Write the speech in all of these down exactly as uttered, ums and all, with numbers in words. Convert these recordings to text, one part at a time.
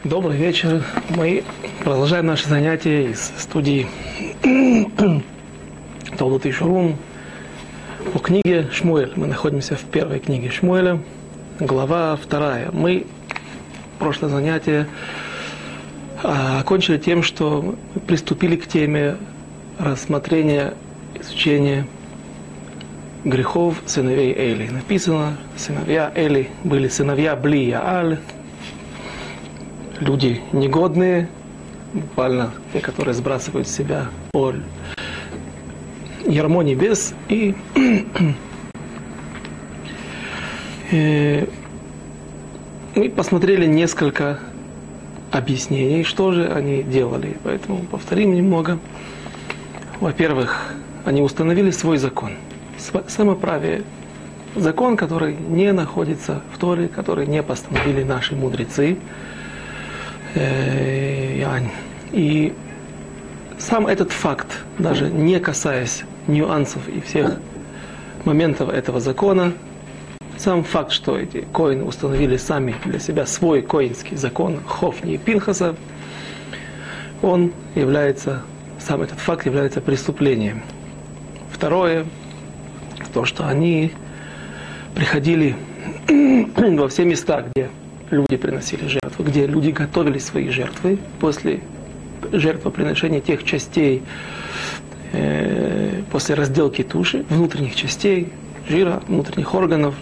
Добрый вечер. Мы продолжаем наши занятия из студии Толдот Йешурун по книге Шмуэль. Мы находимся в первой книге Шмуэля, глава вторая. Мы прошлое занятие а, окончили тем, что приступили к теме рассмотрения, изучения грехов сыновей Эли. Написано, сыновья Эли были сыновья Бли Яаль, люди негодные, буквально те, которые сбрасывают с себя по ярмо небес. И, и мы посмотрели несколько объяснений, что же они делали. Поэтому повторим немного. Во-первых, они установили свой закон. Самоправие. Закон, который не находится в Торе, который не постановили наши мудрецы. И сам этот факт, даже не касаясь нюансов и всех моментов этого закона, сам факт, что эти коины установили сами для себя свой коинский закон Хофни и Пинхаса, он является, сам этот факт является преступлением. Второе, то, что они приходили во все места, где люди приносили жертвы, где люди готовили свои жертвы после жертвоприношения тех частей, э, после разделки туши, внутренних частей, жира, внутренних органов.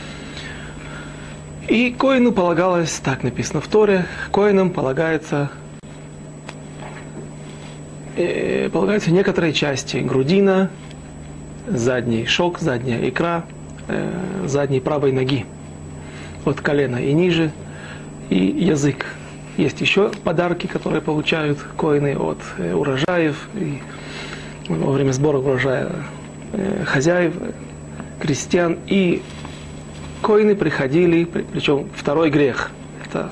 И коину полагалось, так написано в Торе, коинам полагается, э, полагаются некоторые части: грудина, задний шок, задняя икра, э, задней правой ноги, от колена и ниже, и язык. Есть еще подарки, которые получают коины от э, урожаев, и во время сбора урожая э, хозяев, крестьян. И коины приходили, причем второй грех, это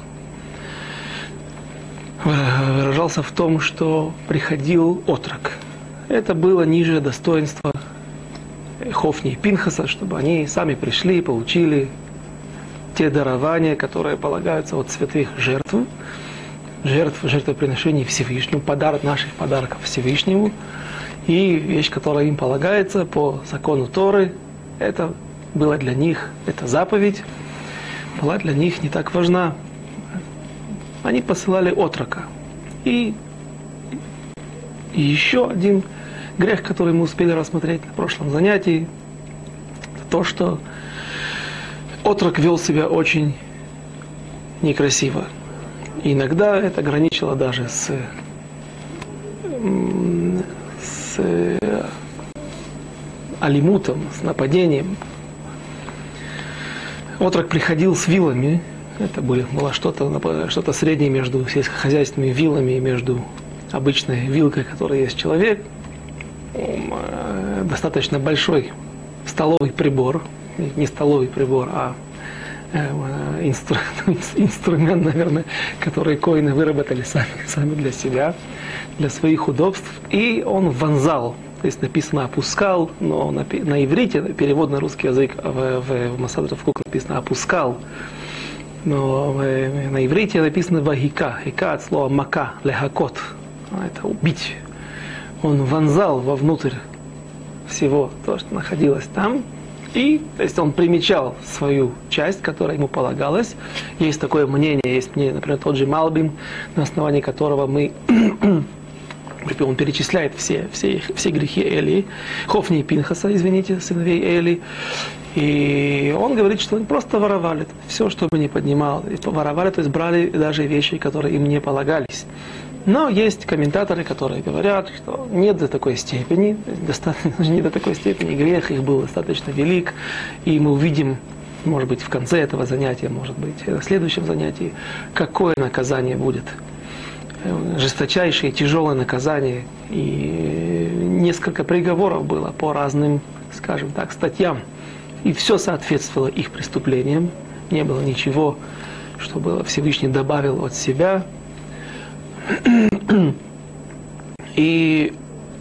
выражался в том, что приходил отрок. Это было ниже достоинства Хофни и Пинхаса, чтобы они сами пришли и получили те дарования, которые полагаются от святых жертв, жертв, жертвоприношений Всевышнему, подарок наших подарков Всевышнему. И вещь, которая им полагается по закону Торы, это было для них, эта заповедь была для них не так важна. Они посылали отрока. И, и еще один грех, который мы успели рассмотреть на прошлом занятии, это то, что отрок вел себя очень некрасиво. И иногда это граничило даже с, с алимутом, с нападением. Отрок приходил с вилами. Это было, было что-то, что-то среднее между сельскохозяйственными вилами и между обычной вилкой, которая есть человек. Достаточно большой столовый прибор. Не столовый прибор, а э, инстру, инструмент, наверное, который коины выработали сами, сами для себя, для своих удобств. И он вонзал, то есть написано «опускал», но на, на иврите, перевод на русский язык, в, в, в Масад Равкук написано «опускал», но в, на иврите написано «вагика», «хика» от слова «мака», «лехакот», это «убить». Он вонзал вовнутрь всего то, что находилось там. И, то есть он примечал свою часть, которая ему полагалась. Есть такое мнение, есть мнение, например, тот же Малбим, на основании которого мы, он перечисляет все, все, все грехи Эли, Хофни и Пинхаса, извините, сыновей Эли. И он говорит, что они просто воровали все, что бы ни поднимал. И воровали, то есть брали даже вещи, которые им не полагались. Но есть комментаторы, которые говорят, что нет до такой степени, достаточно, не до такой степени грех их был достаточно велик, и мы увидим, может быть, в конце этого занятия, может быть, в следующем занятии, какое наказание будет. Жесточайшее, тяжелое наказание, и несколько приговоров было по разным, скажем так, статьям, и все соответствовало их преступлениям, не было ничего, что было Всевышний добавил от себя. И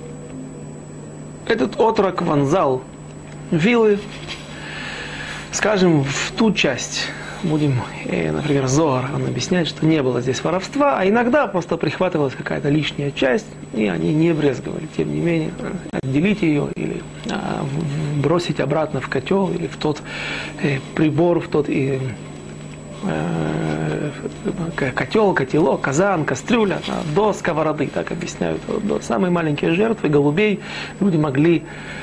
этот отрок вонзал вилы, скажем, в ту часть будем, например, Зоар, он объясняет, что не было здесь воровства, а иногда просто прихватывалась какая-то лишняя часть, и они не брезговали. Тем не менее, отделить ее или бросить обратно в котел или в тот прибор, в тот и котел, котелок, казан, кастрюля, до сковороды, так объясняют. До самой маленькой жертвы, голубей, люди могли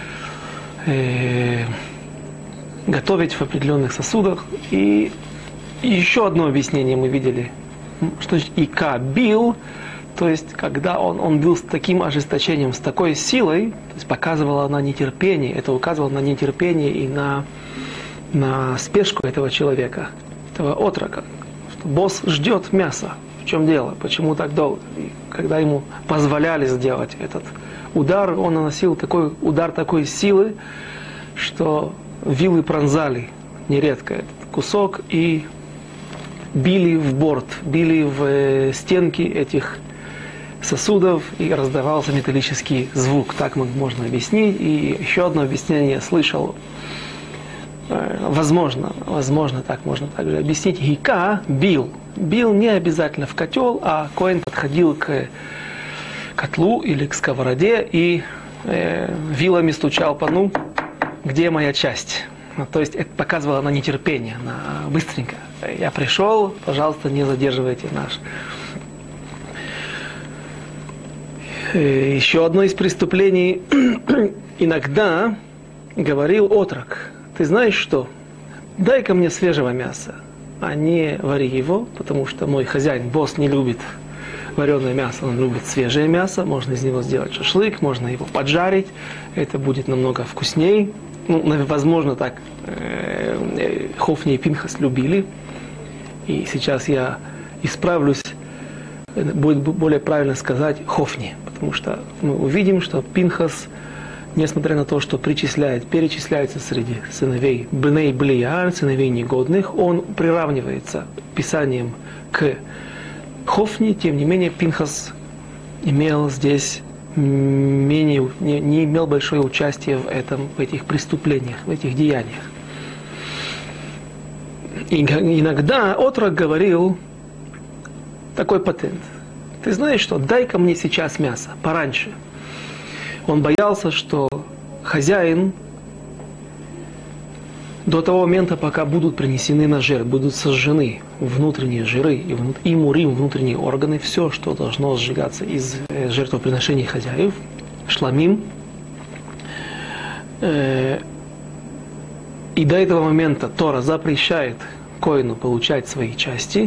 э, готовить в определенных сосудах. И еще одно объяснение мы видели, что значит ика бил, то есть когда он, он бил с таким ожесточением, с такой силой, то есть показывало на нетерпение, это указывало на нетерпение и на, на спешку этого человека, этого отрока. Что босс ждет мяса. В чем дело? Почему так долго? И когда ему позволяли сделать этот удар, он наносил такой удар такой силы, что вилы пронзали нередко этот кусок и били в борт, били в стенки этих сосудов, и раздавался металлический звук. Так можно объяснить. И еще одно объяснение я слышал. Возможно, возможно, так можно также объяснить. Гика бил. Бил не обязательно в котел, а коэн подходил к котлу или к сковороде и э, вилами стучал по ну, где моя часть. Ну, то есть это показывало на нетерпение, на быстренько. Я пришел, пожалуйста, не задерживайте наш. Еще одно из преступлений. Иногда говорил отрок: ты знаешь что? Дай-ка мне свежего мяса, а не вари его, потому что мой хозяин, босс, не любит вареное мясо, он любит свежее мясо, можно из него сделать шашлык, можно его поджарить, это будет намного вкуснее. Ну, возможно, так э, Хофни и Пинхас любили, и сейчас я исправлюсь, будет более правильно сказать Хофни, потому что мы увидим, что Пинхас, несмотря на то, что причисляет, перечисляется среди сыновей Бней Блияр, сыновей негодных, он приравнивается Писанием к Хофни, тем не менее Пинхас имел здесь менее, не, не имел большое участие в, этом, в этих преступлениях, в этих деяниях. И иногда отрок говорил такой патент: ты знаешь что, дай-ка мне сейчас мясо, пораньше. Он боялся, что хозяин до того момента, пока будут принесены на жертву, будут сожжены внутренние жиры и, внут... и мурим, внутренние органы, все, что должно сжигаться из э, жертвоприношений хозяев, шламим. Э, и до этого момента Тора запрещает коину получать свои части.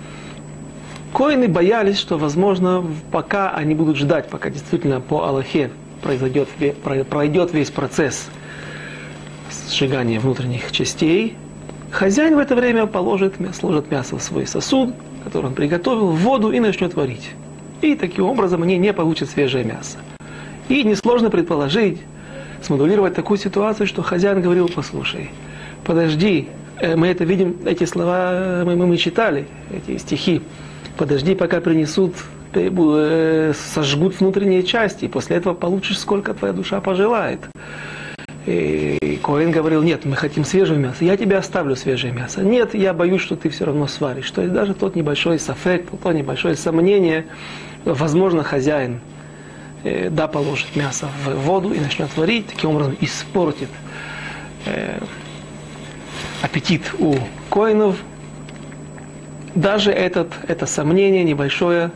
Коины боялись, что, возможно, пока они будут ждать, пока действительно по Аллахе произойдет, пройдет весь процесс сжигания внутренних частей, хозяин в это время положит, сложит мясо в свой сосуд, который он приготовил, в воду и начнет варить. И таким образом они не получат свежее мясо. И несложно предположить, смоделировать такую ситуацию, что хозяин говорил: послушай, подожди, мы это видим, эти слова мы, мы читали, эти стихи, подожди, пока принесут, сожгут внутренние части, и после этого получишь, сколько твоя душа пожелает. И Коэн говорил: нет, мы хотим свежего мяса, я тебе оставлю свежее мясо. Нет, я боюсь, что ты все равно сваришь. То есть даже тот небольшой сафек, то небольшое сомнение, возможно, хозяин э, да, положит мясо в воду и начнет варить, таким образом испортит э, аппетит у коинов. Даже этот, это сомнение небольшое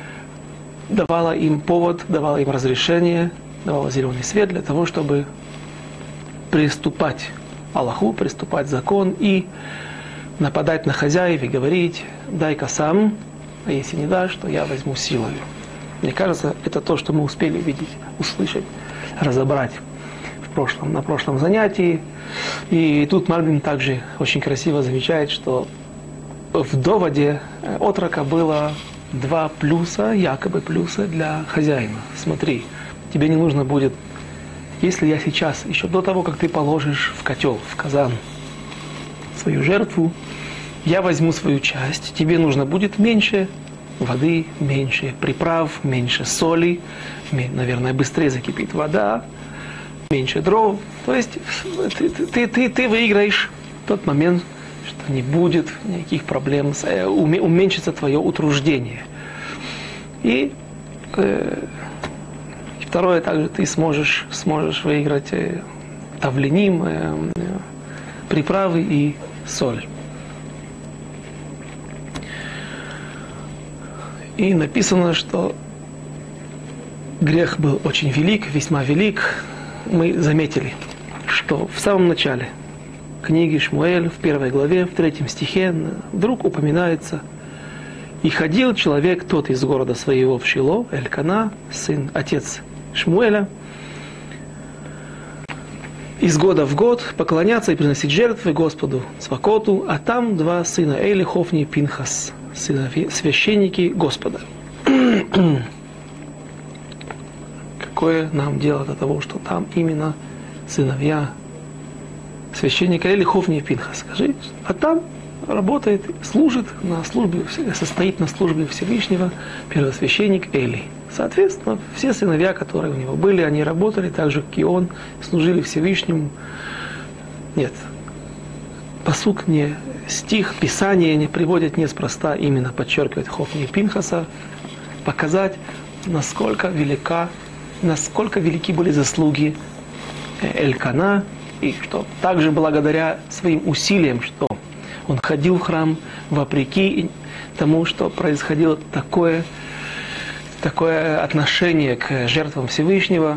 давало им повод, давало им разрешение, давало зеленый свет для того, чтобы приступать Аллаху, приступать закон и нападать на хозяев и говорить: дай-ка сам, а если не дашь, то я возьму силой. Мне кажется, это то, что мы успели видеть, услышать, разобрать в прошлом, на прошлом занятии. И тут Мальбим также очень красиво замечает, что в доводе отрока было два плюса, якобы плюса для хозяина. Смотри, тебе не нужно будет, если я сейчас, еще до того, как ты положишь в котел, в казан свою жертву, я возьму свою часть, тебе нужно будет меньше воды, меньше приправ, меньше соли, наверное, быстрее закипит вода, меньше дров. То есть ты, ты, ты, ты выиграешь в тот момент, не будет никаких проблем, уменьшится твое утруждение. И э, второе, также ты сможешь, сможешь выиграть э, тавленим, э, э, приправы и соль. И написано, что грех был очень велик, весьма велик. Мы заметили, что в самом начале книги Шмуэль, в первой главе, в третьем стихе, вдруг упоминается: «И ходил человек тот из города своего в Шило, Элькана, сын, отец Шмуэля, из года в год поклоняться и приносить жертвы Господу Цвакоту, а там два сына Эли, Хофни и Пинхас, сыновья, священники Господа». Какое нам дело до того, что там именно сыновья священника Эли, Хофни и Пинхас? Скажи, а там работает, служит на службе, состоит на службе Всевышнего первосвященник Эли. Соответственно, все сыновья, которые у него были, они работали так же, как и он, служили Всевышнему. Нет, пасук не, стих, Писание не приводит неспроста, именно подчеркивает Хофни и Пинхаса, показать, насколько велика, насколько велики были заслуги Элькана, и что также благодаря своим усилиям, что он ходил в храм вопреки тому, что происходило такое, такое отношение к жертвам Всевышнего,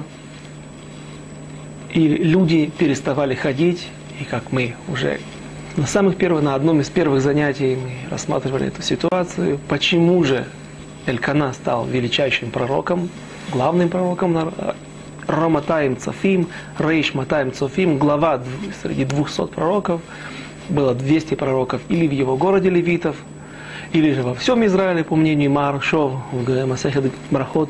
и люди переставали ходить, и как мы уже на самых первых, на одном из первых занятий мы рассматривали эту ситуацию, почему же Элькана стал величайшим пророком, главным пророком, Роматаим Цофим, Рейш Матаим Цофим, глава среди двухсот пророков. Было двести пророков или в его городе левитов, или же во всем Израиле, по мнению Маршов, в Масехет Брахот.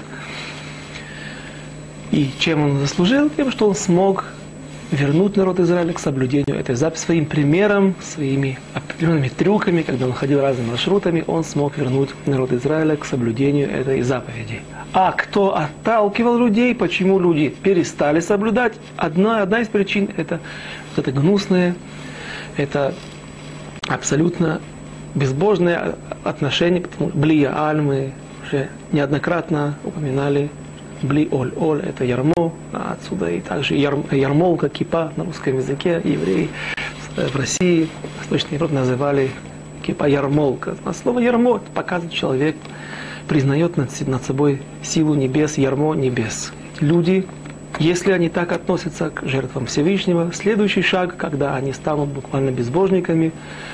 И чем он заслужил? Тем, что он смог вернуть народ Израиля к соблюдению этой заповеди. Своим примером, своими определенными трюками, когда он ходил разными маршрутами, он смог вернуть народ Израиля к соблюдению этой заповеди. А кто отталкивал людей, почему люди перестали соблюдать? Одна, одна из причин – это вот это гнусное, это абсолютно безбожное отношение, потому что Бли Яаль, мы уже неоднократно упоминали, Бли Оль Оль, это ярмо, отсюда и также ярмолка, кипа на русском языке, евреи в России, в Восточной Европе называли кипа ярмолка. А слово ярмо показывает, человек признает над, над собой силу небес, ярмо небес. Люди, если они так относятся к жертвам Всевышнего, следующий шаг, когда они станут буквально безбожниками,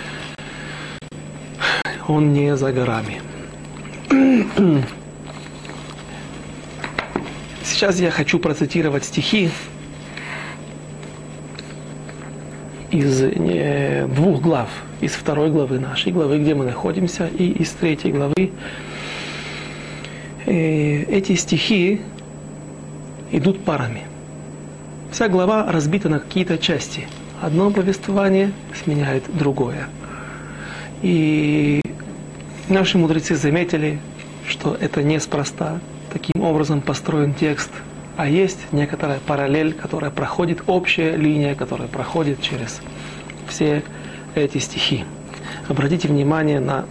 он не за горами. Сейчас я хочу процитировать стихи из не, двух глав, из второй главы нашей главы, где мы находимся, и из третьей главы. И эти стихи идут парами. Вся глава разбита на какие-то части. Одно повествование сменяет другое. И наши мудрецы заметили, что это неспроста. Таким образом построен текст, а есть некоторая параллель, которая проходит, общая линия, которая проходит через все эти стихи. Обратите внимание на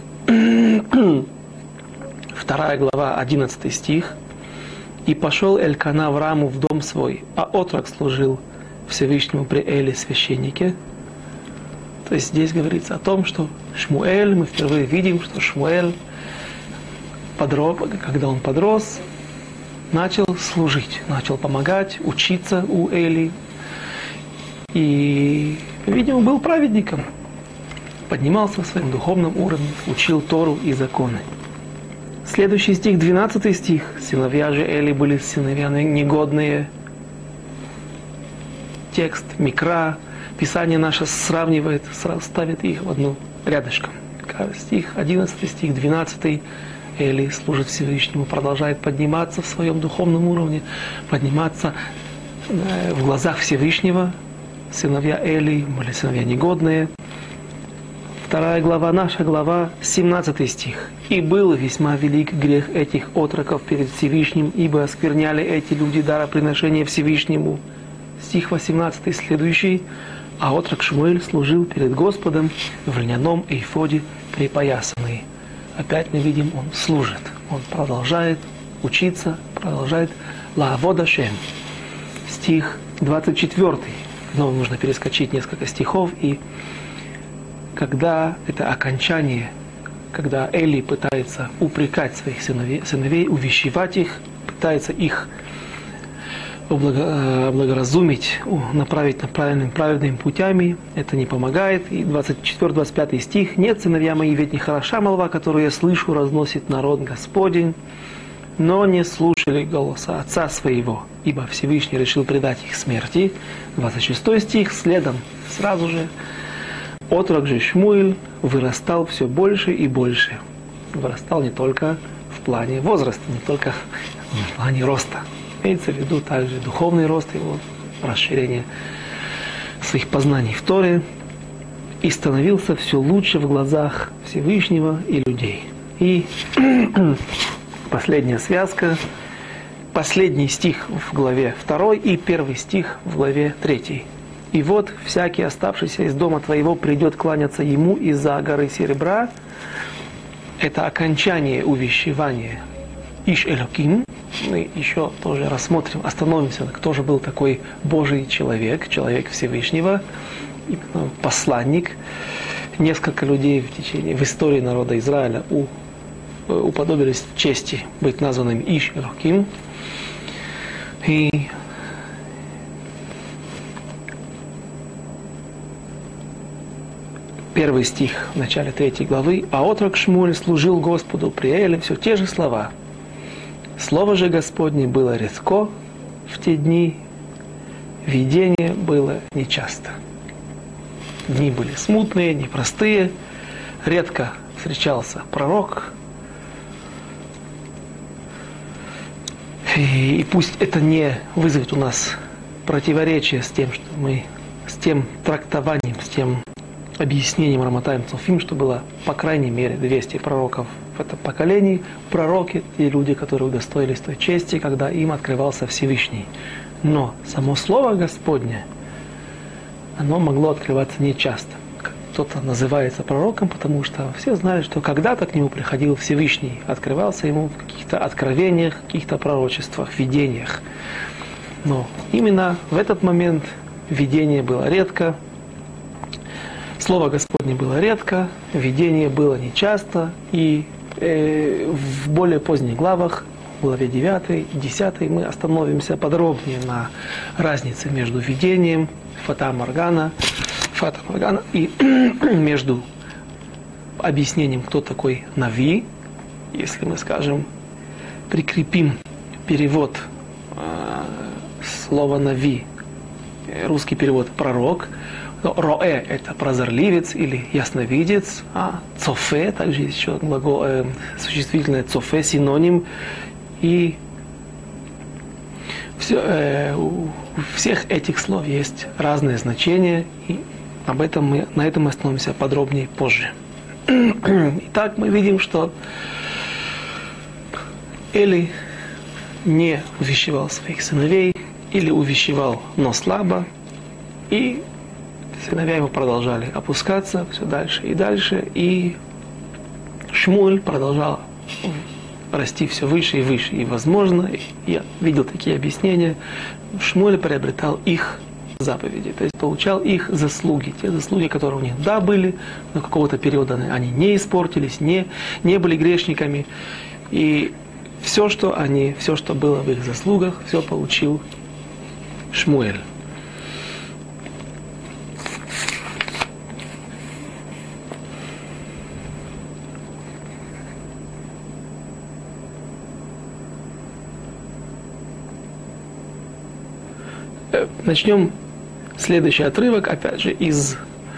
вторая глава, одиннадцатый стих. «И пошел Элькана в Раму в дом свой, а отрок служил Всевышнему при Эле священнике». То есть здесь говорится о том, что Шмуэль, мы впервые видим, что Шмуэль, подрос, когда он подрос, начал служить, начал помогать, учиться у Эли. И, видимо, был праведником. Поднимался в своем духовном уровне, учил Тору и законы. Следующий стих, двенадцатый стих. «Сыновья же Эли были сыновья негодные». Текст Микра, Писание наше сравнивает, ставит их в одну рядышком. Стих одиннадцатый, стих двенадцатый. Эли служит Всевышнему, продолжает подниматься в своем духовном уровне, подниматься в глазах Всевышнего. Сыновья Эли были сыновья негодные. Вторая глава, наша глава, семнадцатый стих. «И был весьма велик грех этих отроков перед Всевышним, ибо оскверняли эти люди дароприношения Всевышнему». Стих восемнадцатый, следующий. а отрок Шмуэль служил перед Господом в льняном эйфоде припоясанный. Опять мы видим, он служит, он продолжает учиться, продолжает лаавод Ашем. Стих двадцать четвёртый. Снова нужно перескочить несколько стихов, и когда это окончание, когда Эли пытается упрекать своих сыновей, сыновей увещевать их, пытается их облагоразумить, направить на правильным, правильными путями, это не помогает. И двадцать четвёртый двадцать пятый стих. «Нет, сыновья мои, ведь не хороша молва, которую я слышу, разносит народ Господень, но не слушали голоса отца своего, ибо Всевышний решил предать их смерти». двадцать шестой стих. Следом сразу же отрок же Шмуэль вырастал все больше и больше. Вырастал не только в плане возраста, не только в плане роста. Имеется в виду также духовный рост его, расширение своих познаний в Торе, и становился все лучше в глазах Всевышнего и людей. И последняя связка, последний стих в главе второй и первый стих в главе третьей. «И вот всякий, оставшийся из дома твоего, придет кланяться ему из-за горы серебра». Это окончание увещевания Иш Элоким. Мы еще тоже рассмотрим, остановимся, кто же был такой Божий человек, человек Всевышнего, посланник. Несколько людей в течение, в истории народа Израиля у, уподобились чести быть названными Иш Элоким. И первый стих в начале третьей главы. «А отрок Шмуэль служил Господу при Эле». Все те же слова. Слово же Господне было редко в те дни, видение было нечасто. Дни были смутные, непростые, редко встречался пророк. И, и пусть это не вызовет у нас противоречие с тем, что мы, с тем трактованием, с тем объяснением Раматаим Цофим, что было по крайней мере двести пророков в этом поколении. Пророки и люди, которые удостоились той чести, когда им открывался Всевышний. Но само Слово Господне, оно могло открываться нечасто. Кто-то называется пророком, потому что все знали, что когда-то к нему приходил Всевышний, открывался ему в каких-то откровениях, каких-то пророчествах, видениях. Но именно в этот момент видение было редко, Слово Господне было редко, видение было нечасто, и э, в более поздних главах, в главе девятой, десятой, мы остановимся подробнее на разнице между видением Фата Моргана, Фата Моргана и между объяснением, кто такой Нави. Если мы, скажем, прикрепим перевод э, слова Нави, русский перевод пророк, Роэ – это прозорливец или ясновидец, а цофе, также еще глагол, э, существительное цофе, синоним. И все, э, у всех этих слов есть разные значения, и об этом мы, на этом мы остановимся подробнее позже. Итак, мы видим, что Эли не увещевал своих сыновей, или увещевал, но слабо, и сыновья его продолжали опускаться все дальше и дальше, и Шмуэль продолжал расти все выше и выше. И, возможно, я видел такие объяснения, Шмуэль приобретал их заповеди, то есть получал их заслуги, те заслуги, которые у них, да, были, но какого-то периода они не испортились, не, не были грешниками, и все, что они, все, что было в их заслугах, все получил Шмуэль. Начнем следующий отрывок, опять же, из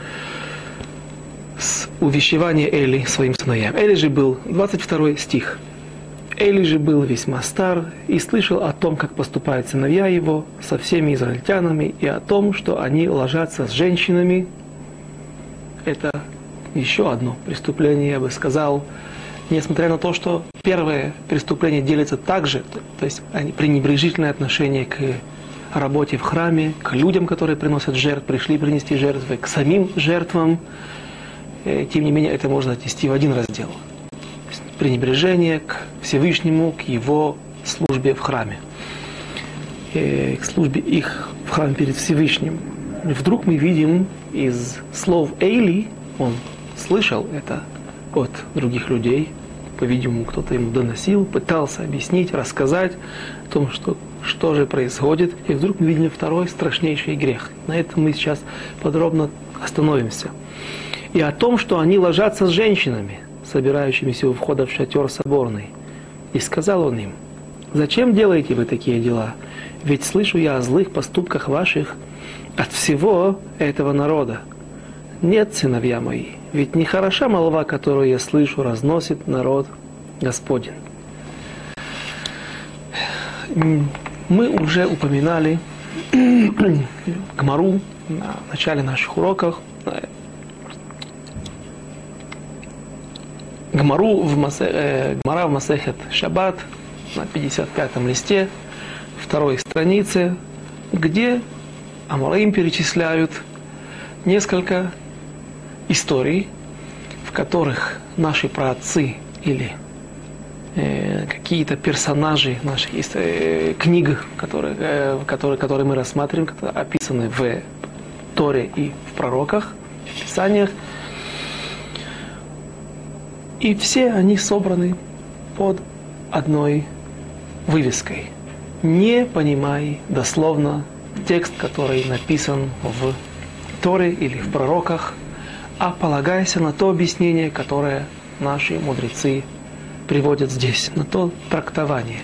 с увещевания Эли своим сыновьям. Эли же был, двадцать второй стих. Эли же был весьма стар и слышал о том, как поступают сыновья его со всеми израильтянами, и о том, что они ложатся с женщинами. Это еще одно преступление, я бы сказал, несмотря на то, что первое преступление делится также, то есть пренебрежительное отношение к работе в храме, к людям, которые приносят жертв, пришли принести жертвы, к самим жертвам. Тем не менее, это можно отнести в один раздел. Пренебрежение к Всевышнему, к Его службе в храме. К службе их в храме перед Всевышним. И вдруг мы видим из слов Эйли, он слышал это от других людей, по-видимому, кто-то ему доносил, пытался объяснить, рассказать о том, что, что же происходит. И вдруг мы видим второй страшнейший грех. На этом мы сейчас подробно остановимся. И о том, что они ложатся с женщинами, собирающимися у входа в шатер соборный. И сказал он им: «Зачем делаете вы такие дела? Ведь слышу я о злых поступках ваших от всего этого народа. Нет, сыновья мои, ведь не хороша молва, которую я слышу, разносит народ Господень». Мы уже упоминали Гмару на начале наших уроков. Гмару в Масе, э, Гмара в Масехет Шаббат на пятьдесят пятом листе, второй странице, где амораим перечисляют несколько историй, в которых наши праотцы или э, какие-то персонажи наших э, книг, которые, э, которые, которые мы рассматриваем, которые описаны в Торе и в пророках, в Писаниях, и все они собраны под одной вывеской. Не понимай дословно текст, который написан в Торе или в пророках, а полагайся на то объяснение, которое наши мудрецы приводят здесь, на то трактование.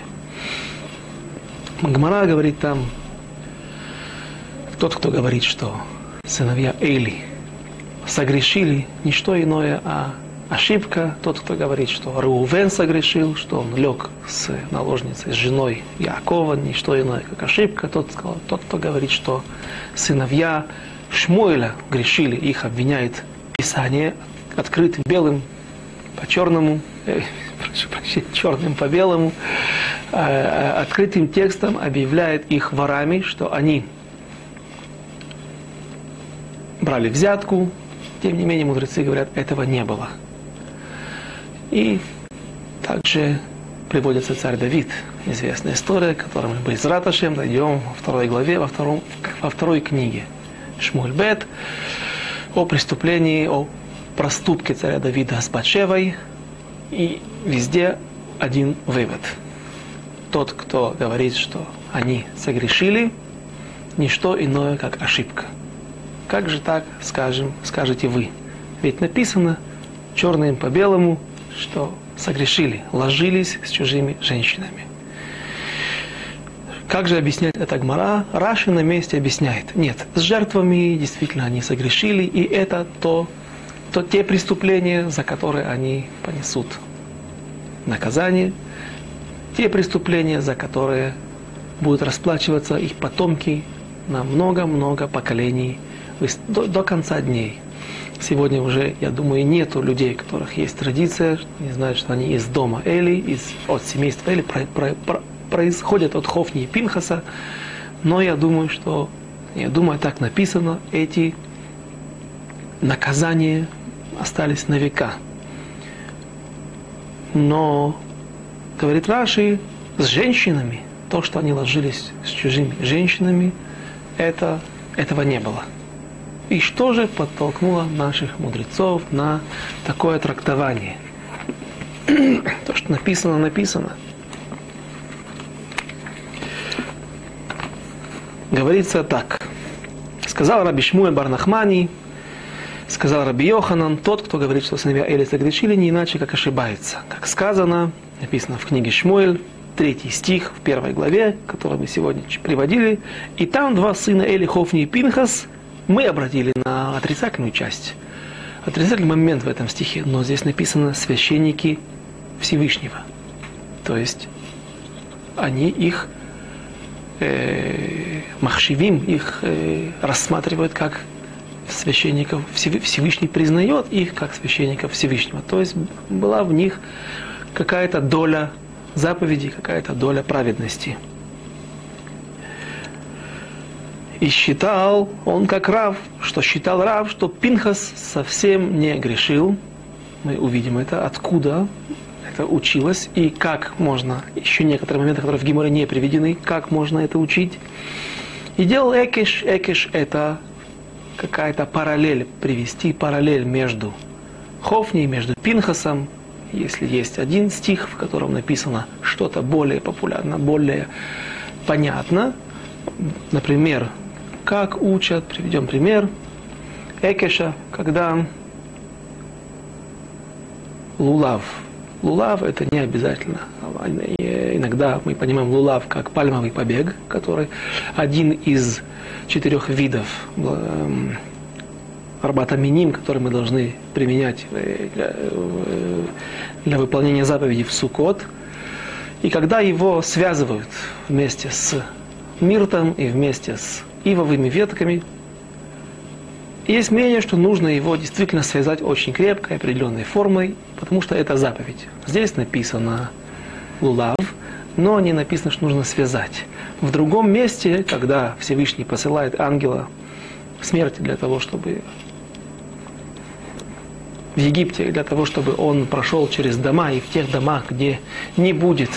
Гмара говорит там, тот, кто говорит, что сыновья Эйли согрешили, не что иное, а ошибка. Тот, кто говорит, что Реувен согрешил, что он лег с наложницей, с женой Яакова, не что иное, как ошибка. Тот, сказал, тот, кто говорит, что сыновья Шмуэля грешили, их обвиняет Писание открытым белым по черному, э, прошу прощения, черным по белому, э, открытым текстом объявляет их ворами, что они брали взятку. Тем не менее, мудрецы говорят, этого не было. И также приводится царь Давид, известная история, которую мы без раташем дойдем во второй главе, во, втором, во второй книге Шмуэль бет, о преступлении, о проступке царя Давида с Батшевой. И везде один вывод. Тот, кто говорит, что они согрешили, не что иное, как ошибка. Как же так, скажем, скажете вы? Ведь написано черным по белому, что согрешили, ложились с чужими женщинами. Как же объяснять это Гмара? Раши на месте объясняет. Нет, с жертвами действительно они согрешили, и это то, то те преступления, за которые они понесут наказание, те преступления, за которые будут расплачиваться их потомки на много-много поколений до, до конца дней. Сегодня уже, я думаю, нету людей, у которых есть традиция, не знают, что они из дома Эли, из, от семейства Эли, про, про, про, происходят от Хофни и Пинхаса, но я думаю, что, я думаю, так написано, эти наказания остались на века. Но, говорит Раши, с женщинами, то, что они ложились с чужими женщинами, это, этого не было. И что же подтолкнуло наших мудрецов на такое трактование? То, что написано, написано. Говорится так. Сказал Раби Шмуэль бар Нахмани, сказал Раби Йоханан, тот, кто говорит, что сыновья Эли согрешили, не иначе, как ошибается. Как сказано, написано в книге Шмуэль, третий стих в первой главе, который мы сегодня приводили. И там два сына Эли, Хофни и Пинхас. Мы обратили на отрицательную часть, отрицательный момент в этом стихе, но здесь написано священники Всевышнего. То есть они их э, махшивим, их э, рассматривают как священников, Всевышний признает их как священников Всевышнего. То есть была в них какая-то доля заповедей, какая-то доля праведности. И считал он как Рав, что считал Рав, что Пинхас совсем не грешил. Мы увидим это, откуда это училось и как можно, еще некоторые моменты, которые в Геморе не приведены, как можно это учить. И делал экеш. Экеш – это какая-то параллель, привести параллель между Хофни, между Пинхасом. Если есть один стих, в котором написано что-то более популярно, более понятно, например, как учат, приведем пример Экеша, когда лулав. Лулав – это не обязательно. Иногда мы понимаем лулав как пальмовый побег, который один из четырех видов арбата миним, который мы должны применять для, для выполнения заповедей в Суккот. И когда его связывают вместе с миртом и вместе с ивовыми ветками, есть мнение, что нужно его действительно связать очень крепко, определенной формой, потому что это заповедь. Здесь написано лулав, но не написано, что нужно связать. В другом месте, когда Всевышний посылает ангела смерти для того, чтобы в Египте, для того, чтобы он прошел через дома, и в тех домах, где не будет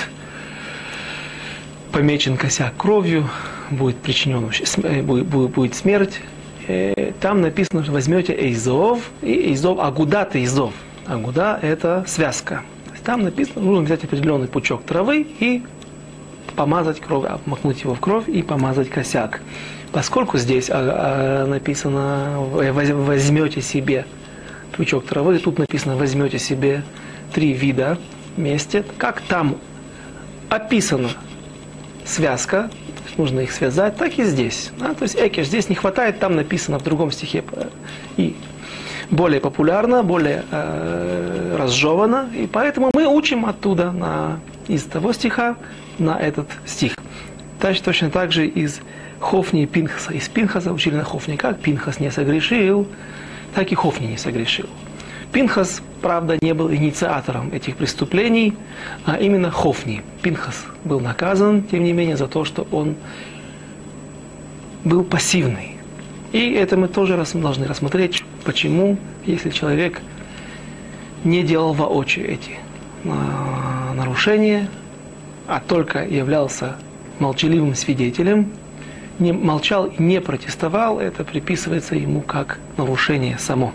помечен косяк кровью, будет причинен, будет, будет смерть, там написано, что возьмете эйзов, и эйзов, агудат эйзов. Агуда – это связка. Там написано, нужно взять определенный пучок травы и помазать кровь, обмакнуть его в кровь и помазать косяк. Поскольку здесь написано, возьмете себе пучок травы, тут написано, возьмете себе три вида вместе, как там описано связка, нужно их связать, так и здесь. Да? То есть экеш здесь не хватает, там написано в другом стихе и более популярно, более э, разжевано, и поэтому мы учим оттуда на, из того стиха на этот стих. Точно, точно так же из Хофни и Пинхаса. Из Пинхаса учили на Хофни, как Пинхас не согрешил, так и Хофни не согрешил. Пинхас, правда, не был инициатором этих преступлений, а именно Хофни. Пинхас был наказан, тем не менее, за то, что он был пассивный. И это мы тоже должны рассмотреть, почему, если человек не делал воочию эти нарушения, а только являлся молчаливым свидетелем, не молчал и не протестовал, это приписывается ему как нарушение само.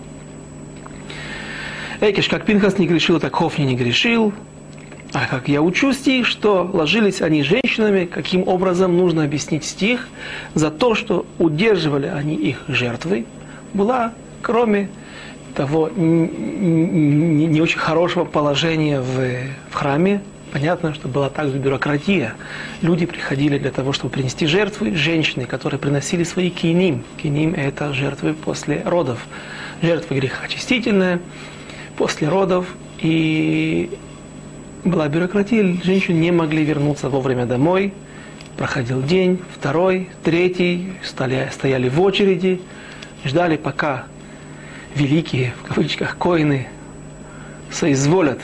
Экеш, как Пинхас не грешил, так Хофни не грешил. А как я учу стих, что ложились они женщинами, каким образом нужно объяснить стих, за то, что удерживали они их жертвой, была, кроме того не, не, не очень хорошего положения в, в храме, понятно, что была также бюрократия. Люди приходили для того, чтобы принести жертвы, женщины, которые приносили свои киним. Киним – это жертвы после родов, жертвы грехоочистительные после родов, и была бюрократия, женщины не могли вернуться вовремя домой. Проходил день, второй, третий, стояли, стояли в очереди, ждали, пока великие, в кавычках, коины соизволят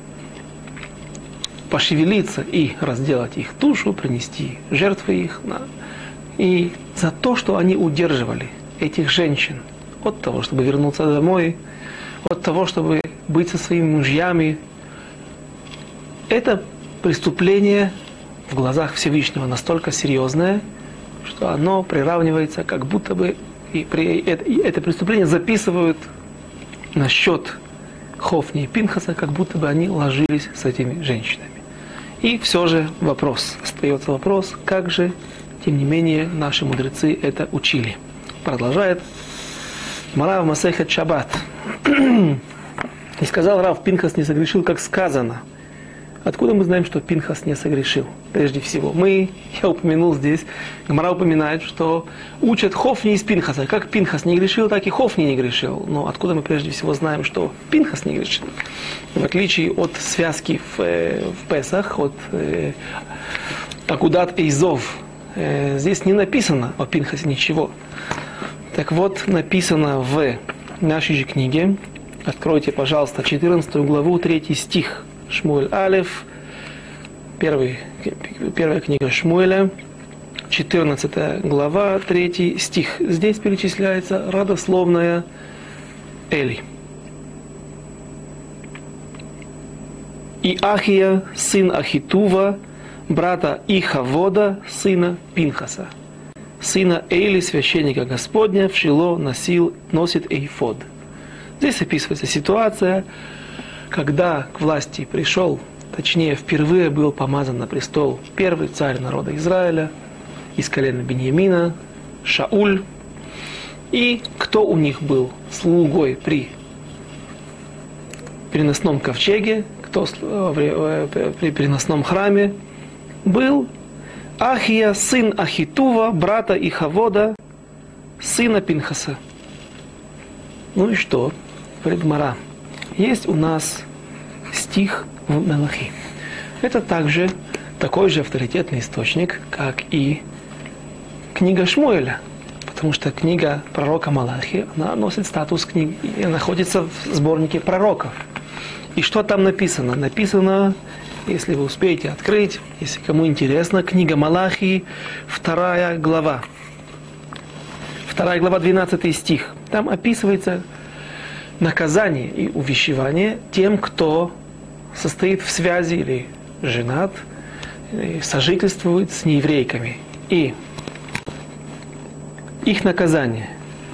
пошевелиться и разделать их душу, принести жертвы их. И за то, что они удерживали этих женщин от того, чтобы вернуться домой, от того, чтобы быть со своими мужьями, это преступление в глазах Всевышнего настолько серьезное, что оно приравнивается, как будто бы и, при, это, и это преступление записывают на счет Хофни и Пинхаса, как будто бы они ложились с этими женщинами. И все же вопрос, остается вопрос, как же, тем не менее, наши мудрецы это учили. Продолжает Гемара в Масехет Шаббат. И сказал Рав, Пинхас не согрешил, как сказано. Откуда мы знаем, что Пинхас не согрешил? Прежде всего, мы, я упомянул здесь, Гемара упоминает, что учат Хофни из Пинхаса. Как Пинхас не грешил, так и Хофни не грешил. Но откуда мы прежде всего знаем, что Пинхас не грешил? В отличие от связки в, в Песах, от э, Акудат Эйзов, э, здесь не написано о Пинхасе ничего. Так вот, написано в нашей же книге, откройте, пожалуйста, четырнадцатую главу, третий стих, Шмуэль Алеф, первый, первая книга Шмуэля, четырнадцатая глава, третий стих. Здесь перечисляется родословная Эли. И Ахия, сын Ахитува, брата Ихавода, сына Пинхаса, сына Эли, священника Господня, в Шило носил, носит эйфод. Здесь описывается ситуация, когда к власти пришел, точнее, впервые был помазан на престол первый царь народа Израиля из колена Беньямина, Шауль. И кто у них был слугой при переносном ковчеге, кто при переносном храме, был Ахия, сын Ахитува, брата Ихавода, сына Пинхаса. Ну и что? Говорит Гмара. Есть у нас стих в Мелахи. Это также такой же авторитетный источник, как и книга Шмуэля. Потому что книга пророка Малахи, она носит статус книги и находится в сборнике пророков. И что там написано? Написано, если вы успеете открыть, если кому интересно, книга Малахии, вторая глава. Вторая глава, двенадцатый стих. Там описывается наказание и увещевание тем, кто состоит в связи или женат, или сожительствует с нееврейками. И их наказание.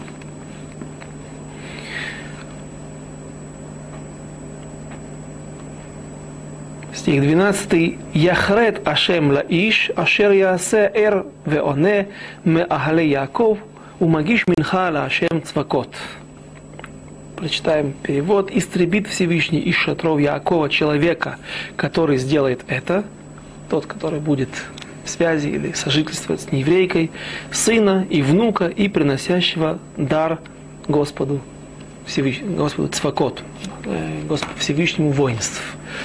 Стих двенадцатый. Яхрет Ашем лаиш, ашер яасе эр веоне меахале Яков, умагиш минха ла Ашем цвакот. Прочитаем перевод. Истребит Всевышний из шатров Якова человека, который сделает это, тот, который будет в связи или сожительствовать с нееврейкой, сына и внука, и приносящего дар Господу, Всевышнему, Господу Цвакот, Господу Всевышнему воинств.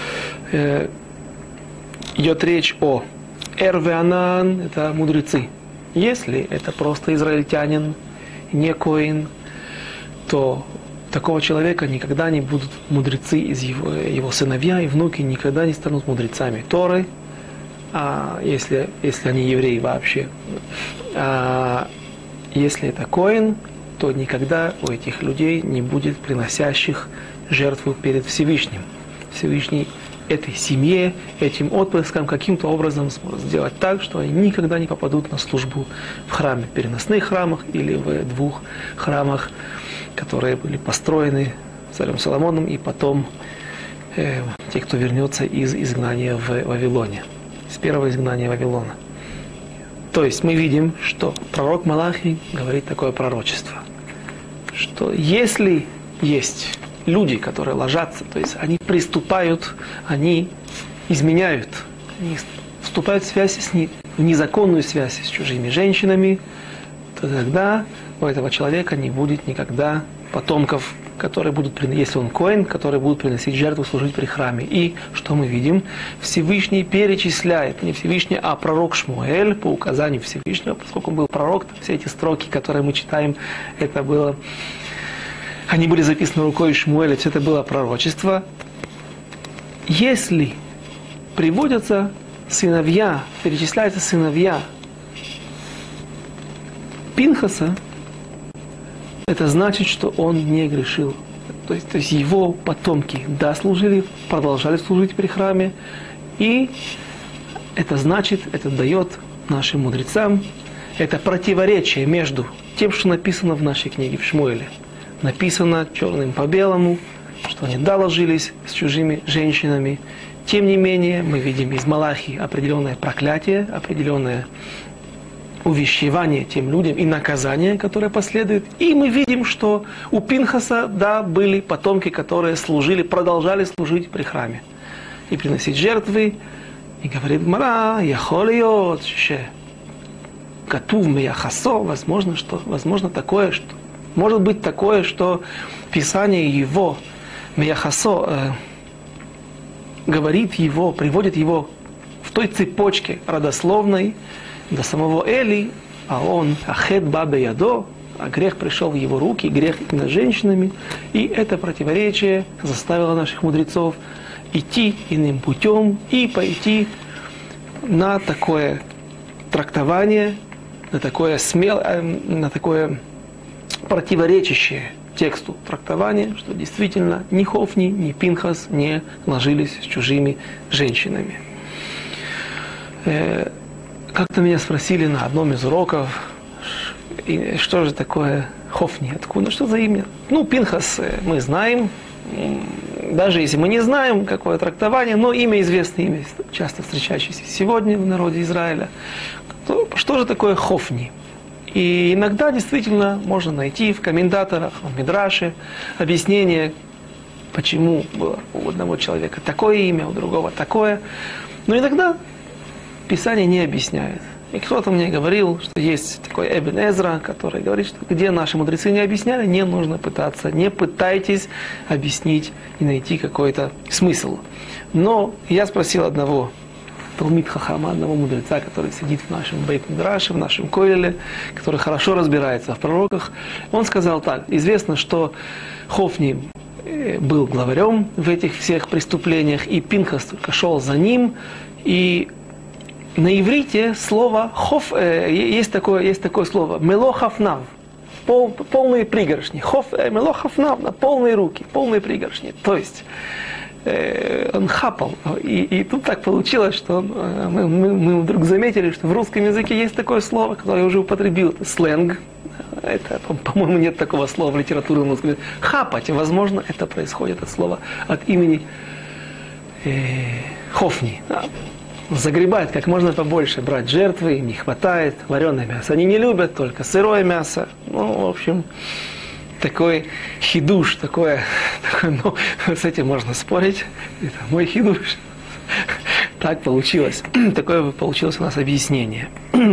Идет речь о Эр-Веанан, это мудрецы. Если это просто израильтянин, не коин, то такого человека никогда не будут мудрецы из его, его сыновья и внуки никогда не станут мудрецами Торы, а если, если они евреи вообще. А если это коин, то никогда у этих людей не будет приносящих жертву перед Всевышним. Всевышний этой семье, этим отпрыскам каким-то образом сможет сделать так, что они никогда не попадут на службу в храме, в переносных храмах или в двух храмах, которые были построены царем Соломоном, и потом э, те, кто вернется из изгнания в Вавилоне, с первого изгнания Вавилона. То есть мы видим, что пророк Малахи говорит такое пророчество, что если есть люди, которые ложатся, то есть они приступают, они изменяют, они вступают в связь с не, в незаконную связь с чужими женщинами, то тогда у этого человека не будет никогда потомков, которые будут, если он коэн, которые будут приносить жертву, служить при храме. И что мы видим? Всевышний перечисляет, не Всевышний, а пророк Шмуэль по указанию Всевышнего, поскольку он был пророк, все эти строки, которые мы читаем, это было, они были записаны рукой Шмуэля, все это было пророчество. Если приводятся сыновья, перечисляются сыновья Пинхаса, это значит, что он не грешил. То есть, то есть его потомки, да, служили, продолжали служить при храме. И это значит, это дает нашим мудрецам, это противоречие между тем, что написано в нашей книге, в Шмуэле. Написано черным по белому, что они да ложились с чужими женщинами. Тем не менее, мы видим из Малахи определенное проклятие, определенное увещевание тем людям и наказание, которое последует. И мы видим, что у Пинхаса, да, были потомки, которые служили, продолжали служить при храме и приносить жертвы. И говорит Гмара, яхолиот, ше катув меяхасо, возможно, что, возможно такое, что может быть такое, что Писание его меяхасо э, говорит его, приводит его в той цепочке родословной до самого Эли, а он ахет бабе ядо, а грех пришел в его руки, грех именно женщинами, и это противоречие заставило наших мудрецов идти иным путем и пойти на такое трактование на такое смелое, на такое противоречащее тексту трактование, что действительно ни Хофни, ни Пинхас не ложились с чужими женщинами. Как-то меня спросили на одном из уроков, что же такое Хофни, откуда, что за имя? Ну, Пинхас мы знаем, даже если мы не знаем, какое трактование, но имя известное, имя часто встречающееся сегодня в народе Израиля. То, что же такое Хофни? И иногда действительно можно найти в комментаторах, в Мидраше объяснение, почему было у одного человека такое имя, у другого такое. Но иногда Писание не объясняет. И кто-то мне говорил, что есть такой Эбен Эзра, который говорит, что где наши мудрецы не объясняли, не нужно пытаться, не пытайтесь объяснить и найти какой-то смысл. Но я спросил одного Талмид Хахама, одного мудреца, который сидит в нашем Бейт-Мидраше, в нашем Койлеле, который хорошо разбирается в пророках. Он сказал так: известно, что Хофни был главарем в этих всех преступлениях, и Пинхас только шел за ним, и на иврите слово хоф, э, есть, такое, есть такое слово мелохафнав, пол, полные пригоршни. Хоф, э, мелохафнав, на полные руки, полные пригоршни. То есть э, он хапал. И, и тут так получилось, что он, э, мы, мы, мы вдруг заметили, что в русском языке есть такое слово, которое я уже употребил, это сленг. Это, по-моему, нет такого слова в литературе русском. Хапать, возможно, это происходит от слова, от имени э, Хофни. Загребать как можно побольше, брать жертвы, им не хватает, вареное мясо. Они не любят только сырое мясо. Ну, в общем, такой хидуш, такое, такое, ну, с этим можно спорить. Это мой хидуш. Так получилось. Такое получилось у нас объяснение.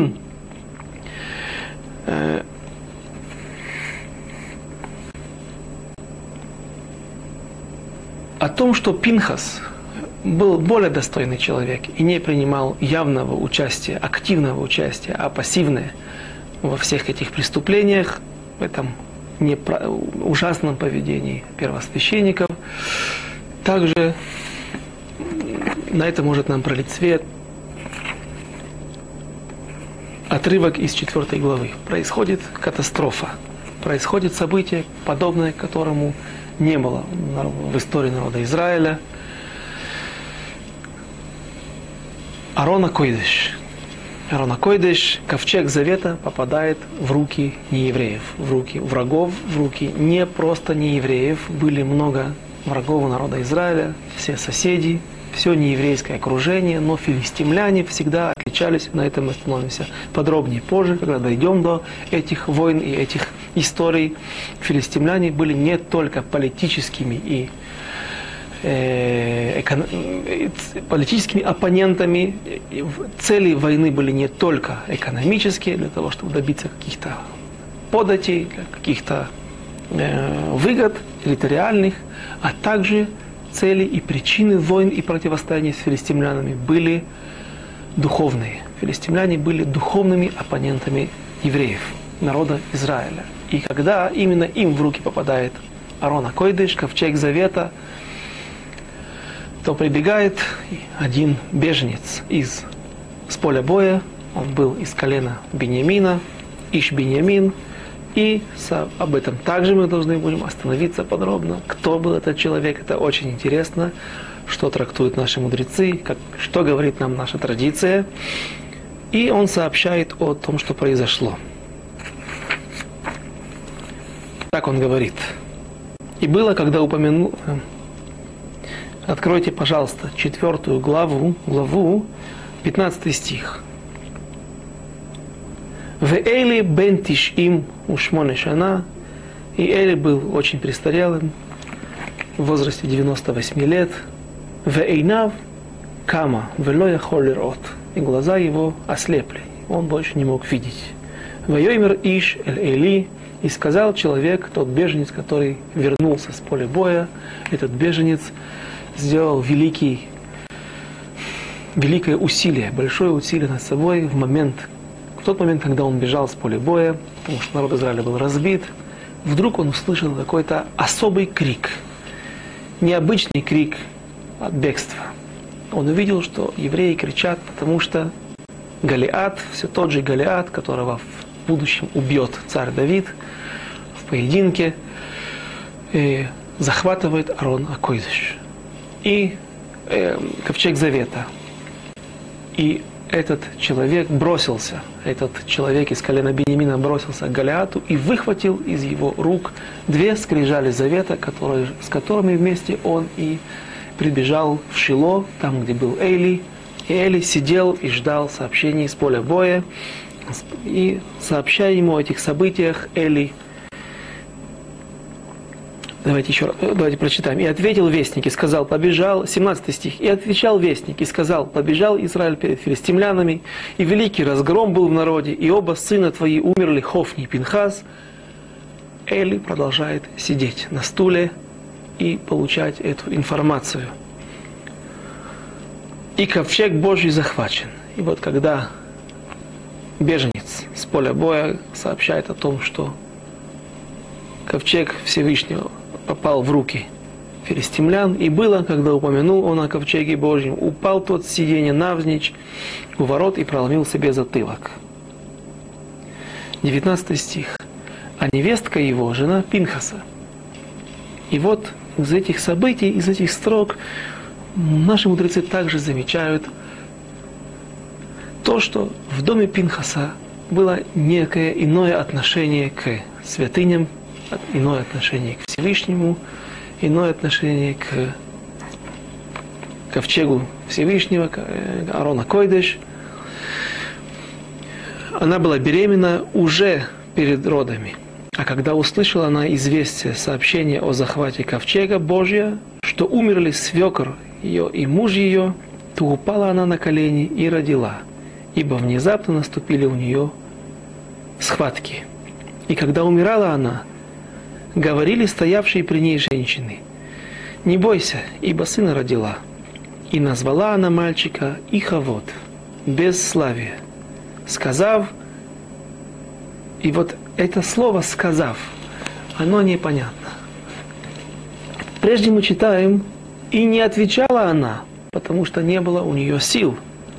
О том, что Пинхас был более достойный человек и не принимал явного участия, активного участия, а пассивное во всех этих преступлениях, в этом непро... ужасном поведении первосвященников. Также на это может нам пролить свет отрывок из четвёртой главы. Происходит катастрофа, происходит событие, подобное которому не было в истории народа Израиля. Арон ха-Койдеш. Арон ха-Койдеш, ковчег завета, попадает в руки неевреев, в руки врагов, в руки не просто неевреев. Были много врагов у народа Израиля, все соседи, все нееврейское окружение, но филистимляне всегда отличались, на этом мы остановимся подробнее позже, когда дойдем до этих войн и этих историй. Филистимляне были не только политическими и политическими оппонентами. Цели войны были не только экономические, для того, чтобы добиться каких-то податей, каких-то э, выгод территориальных, а также цели и причины войн и противостояния с филистимлянами были духовные. Филистимляне были духовными оппонентами евреев, народа Израиля. И когда именно им в руки попадает Арон ха-Койдеш, ковчег завета, то прибегает один беженец из с поля боя, он был из колена Биньямина, Иш-Биньямин, и со, об этом также мы должны будем остановиться подробно. Кто был этот человек, это очень интересно, что трактуют наши мудрецы, как, что говорит нам наша традиция. И он сообщает о том, что произошло. Так он говорит. И было, когда упомянул... Откройте, пожалуйста, четвертую главу, главу, пятнадцатый стих. «Веэли бен тиш'им ушмоне шана», и Эли был очень престарелым, в возрасте девяноста восьми лет. «Веэйнав кама вело яхол лирот», и глаза его ослепли, он больше не мог видеть. «Веоймер иш эль Эли», и сказал человек, тот беженец, который вернулся с поля боя, этот беженец сделал великий, великое усилие, большое усилие над собой в момент, в тот момент, когда он бежал с поля боя, потому что народ Израиля был разбит. Вдруг он услышал какой-то особый крик, необычный крик от бегства. Он увидел, что евреи кричат, потому что Голиат, все тот же Голиат, которого в будущем убьет царь Давид в поединке, и захватывает Арон ха-Койдеш и э, ковчег Завета. И этот человек бросился, этот человек из колена Беньямина бросился к Голиату и выхватил из его рук две скрижали Завета, которые, с которыми вместе он и прибежал в Шило, там, где был Эйли. И Эйли сидел и ждал сообщений с поля боя. И сообщая ему о этих событиях, Эйли... Давайте еще раз, давайте прочитаем. «И ответил вестник, и сказал, побежал», семнадцатый стих, «И отвечал вестник, и сказал, побежал Израиль перед филистимлянами, и великий разгром был в народе, и оба сына твои умерли, Хофни и Пинхас». Эли продолжает сидеть на стуле и получать эту информацию. И ковчег Божий захвачен. И вот когда беженец с поля боя сообщает о том, что ковчег Всевышнего попал в руки филистимлян, и было, когда упомянул он о ковчеге Божьем, упал тот с сиденья навзничь у ворот и проломил себе затылок. девятнадцатый стих. А невестка его, жена Пинхаса. И вот из этих событий, из этих строк наши мудрецы также замечают то, что в доме Пинхаса было некое иное отношение к святыням, иное отношение к Всевышнему, иное отношение к ковчегу Всевышнего, к Арон ха-Койдеш. Она была беременна уже перед родами. А когда услышала она известие, сообщение о захвате ковчега Божия, что умерли свекор ее и муж ее, то упала она на колени и родила, ибо внезапно наступили у нее схватки. И когда умирала она, говорили стоявшие при ней женщины, «Не бойся, ибо сына родила». И назвала она мальчика Ихавод, бесславие, сказав, и вот это слово «сказав», оно непонятно. Прежде мы читаем, и не отвечала она, потому что не было у нее сил.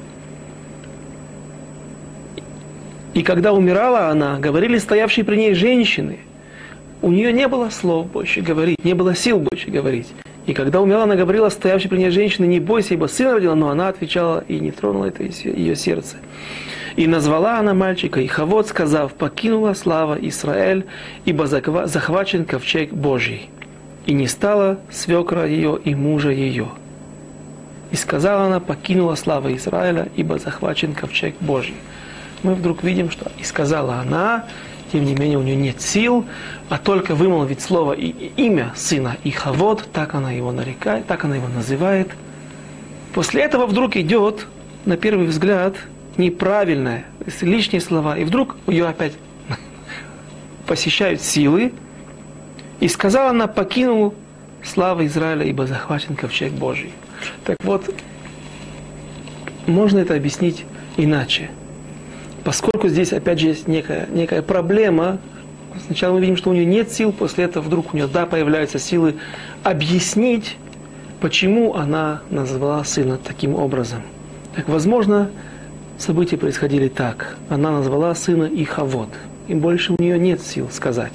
И когда умирала она, говорили стоявшие при ней женщины, у нее не было слов больше говорить, не было сил больше говорить. И когда умерла, она говорила стоявшей при ней женщине, «Не бойся, ибо сына родила», но она отвечала и не тронула это ее сердце. И назвала она мальчика Ихавод, сказав, «Покинула слава Израиль, ибо захвачен ковчег Божий». И не стало свекра ее и мужа ее. И сказала она, «Покинула слава Израиля, ибо захвачен ковчег Божий». Мы вдруг видим, что и сказала она, тем не менее у нее нет сил, а только вымолвить слово и имя сына Ихавод, так она его нарекает, так она его называет. После этого вдруг идет, на первый взгляд, неправильное, лишние слова, и вдруг ее опять посещают силы, и сказала она, покинул слава Израиля, ибо захвачен ковчег Божий. Так вот, можно это объяснить иначе. Поскольку здесь, опять же, есть некая, некая проблема, сначала мы видим, что у нее нет сил, после этого вдруг у нее, да, появляются силы объяснить, почему она назвала сына таким образом. Так, возможно, события происходили так. Она назвала сына Ихавод, и больше у нее нет сил сказать.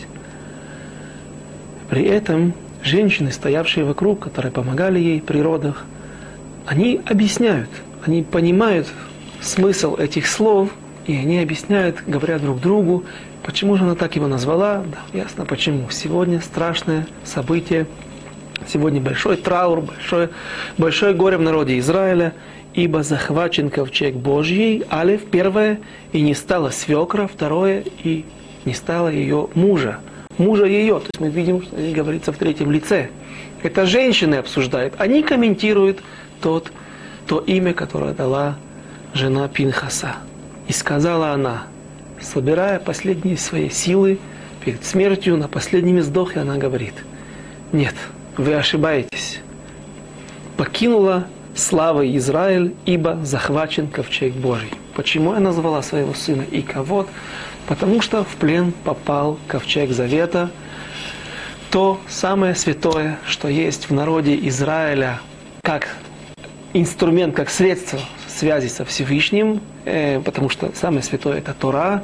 При этом женщины, стоявшие вокруг, которые помогали ей при родах, они объясняют, они понимают смысл этих слов, и они объясняют, говоря друг другу, почему же она так его назвала. Да, ясно почему. Сегодня страшное событие, сегодня большой траур, большое, большое горе в народе Израиля, ибо захвачен ковчег Божий, алеф, первое, и не стало свекра, второе, и не стало ее мужа. Мужа ее, то есть мы видим, что здесь говорится в третьем лице. Это женщины обсуждают, они комментируют тот, то имя, которое дала жена Пинхаса. И сказала она, собирая последние свои силы перед смертью, на последнем вздохе она говорит, нет, вы ошибаетесь. Покинула слава Израиль, ибо захвачен ковчег Божий. Почему я назвала своего сына Ихавод? Потому что в плен попал ковчег Завета, то самое святое, что есть в народе Израиля, как инструмент, как средство связи со Всевышним, э, потому что самое святое это Тора.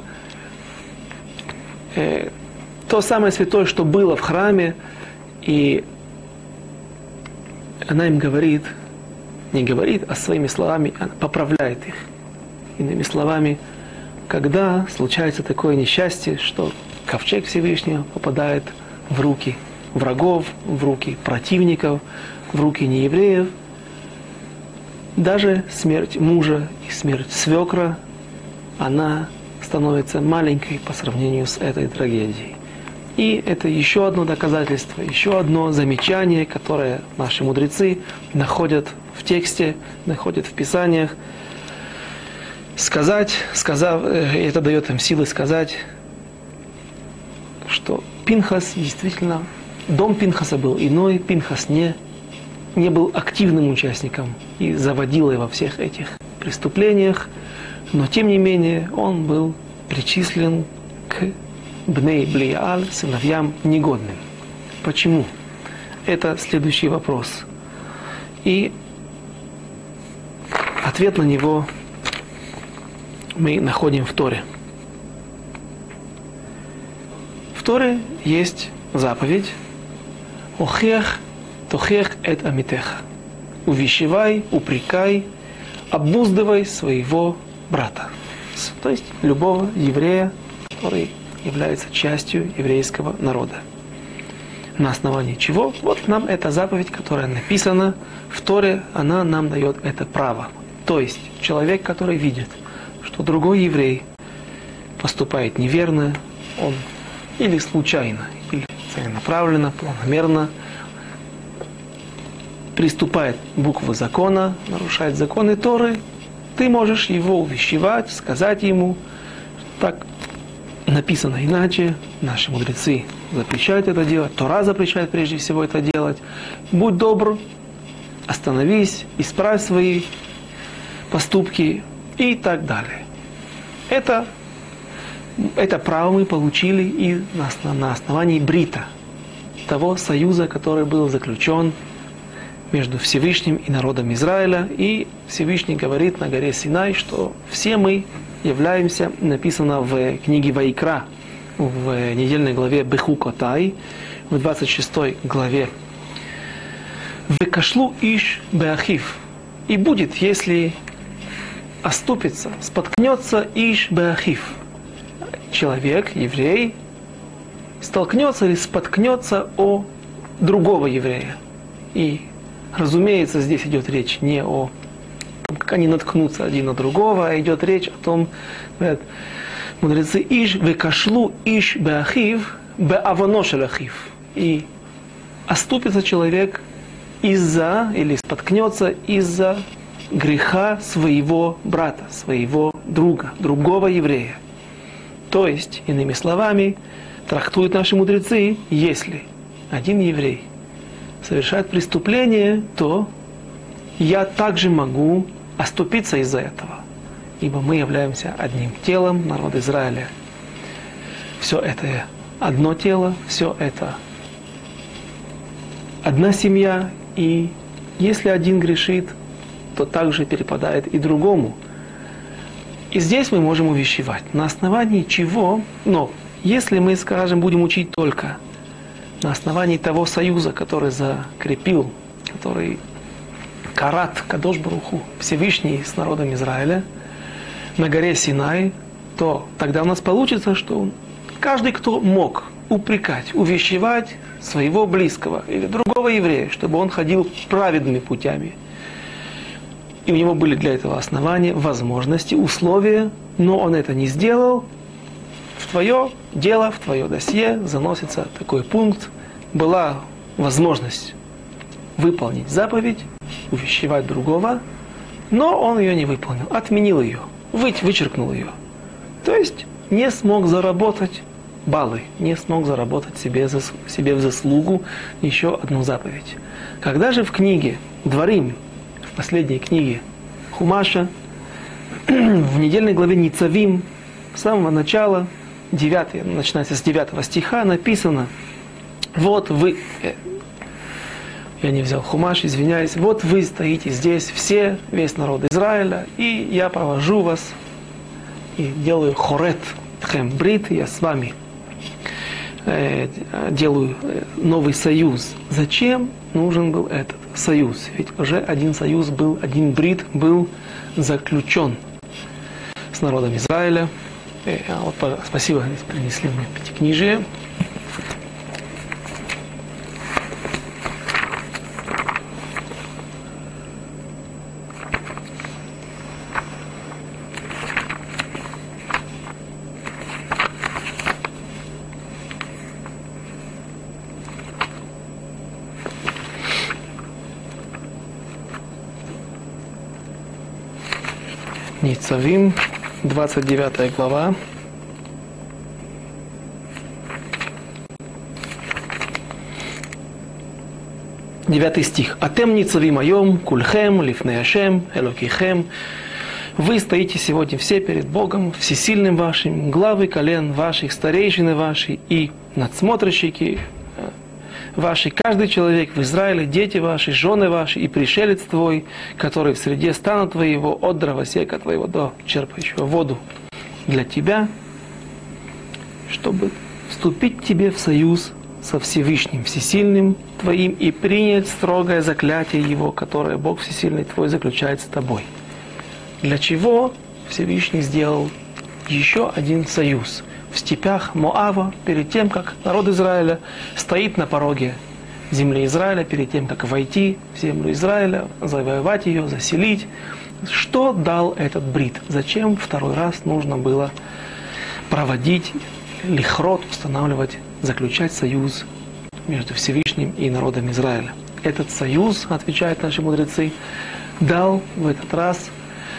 Э, то самое святое, что было в храме, и она им говорит, не говорит, а своими словами она поправляет их. Иными словами, когда случается такое несчастье, что ковчег Всевышнего попадает в руки врагов, в руки противников, в руки неевреев, даже смерть мужа и смерть свекра, она становится маленькой по сравнению с этой трагедией. И это еще одно доказательство, еще одно замечание, которое наши мудрецы находят в тексте, находят в Писаниях. Сказать, сказав, это дает им силы сказать, что Пинхас действительно, дом Пинхаса был иной, Пинхас не, не был активным участником и заводил во всех этих преступлениях, но тем не менее он был причислен к Бней Блиааль, сыновьям негодным. Почему? Это следующий вопрос. И ответ на него мы находим в Торе. В Торе есть заповедь «Охех тохех эт амитеха». Увещевай, упрекай, обуздывай своего брата. То есть любого еврея, который является частью еврейского народа. На основании чего? Вот нам эта заповедь, которая написана в Торе, она нам дает это право. То есть человек, который видит, что другой еврей поступает неверно, он или случайно, или целенаправленно, планомерно приступает к букве закона, нарушает законы Торы, ты можешь его увещевать, сказать ему, так написано иначе, наши мудрецы запрещают это делать, Тора запрещает прежде всего это делать. Будь добр, остановись, исправь свои поступки и так далее. Это, это право мы получили и на, на основании брита, того союза, который был заключен между Всевышним и народом Израиля. И Всевышний говорит на горе Синай, что все мы являемся, написано в книге Ваикра, в недельной главе Бехукотай, в двадцать шестой главе. «Векашлу иш беахив». И будет, если оступится, споткнется иш беахив. Человек, еврей, столкнется или споткнется о другого еврея. И, разумеется, здесь идет речь не о том, как они наткнутся один на другого, а идет речь о том, говорят мудрецы, иш векашлу иш беахив беавоно шель ахив. И оступится человек из-за, или споткнется из-за греха своего брата, своего друга, другого еврея. То есть, иными словами, трактуют наши мудрецы, если один еврей совершает преступление, то я также могу оступиться из-за этого. Ибо мы являемся одним телом, народ Израиля. Все это одно тело, все это одна семья, и если один грешит, то также перепадает и другому. И здесь мы можем увещевать. На основании чего? Но если мы, скажем, будем учить только на основании того союза, который закрепил, который карат Кадош Баруху, Всевышний с народом Израиля, на горе Синай, то тогда у нас получится, что каждый, кто мог упрекать, увещевать своего близкого или другого еврея, чтобы он ходил праведными путями, и у него были для этого основания, возможности, условия, но он это не сделал, в твое дело, в твое досье заносится такой пункт: была возможность выполнить заповедь, увещевать другого, но он ее не выполнил, отменил ее, вычеркнул ее. То есть не смог заработать баллы, не смог заработать себе, себе в заслугу еще одну заповедь. Когда же в книге Дворим, в последней книге Хумаша, в недельной главе Ницавим, с самого начала, девятый, начинается с девятого стиха, написано: вот вы, я не взял хумаш, извиняюсь, вот вы стоите здесь, все, весь народ Израиля, и я провожу вас, и делаю хорет тхем брит, я с вами э, делаю новый союз. Зачем нужен был этот союз? Ведь уже один союз был, один брит был заключен с народом Израиля. Э, вот, спасибо, принесли мне пятикнижие. Ницавим, двадцать девятая глава. Девятый стих. Атем ницавим айом, кульхем, лифней Ашем, элокихем. Вы стоите сегодня все перед Богом, всесильным вашим, главы колен ваших, старейшины ваши и надсмотрщики ваши, каждый человек в Израиле, дети ваши, жены ваши и пришелец твой, который в среде стана твоего, от дровосека твоего до черпающего воду для тебя, чтобы вступить тебе в союз со Всевышним, Всесильным твоим и принять строгое заклятие его, которое Бог Всесильный твой заключает с тобой. Для чего Всевышний сделал еще один союз в степях Моава, перед тем, как народ Израиля стоит на пороге земли Израиля, перед тем, как войти в землю Израиля, завоевать ее, заселить. Что дал этот брит? Зачем второй раз нужно было проводить лихрот, устанавливать, заключать союз между Всевышним и народом Израиля? Этот союз, отвечают наши мудрецы, дал в этот раз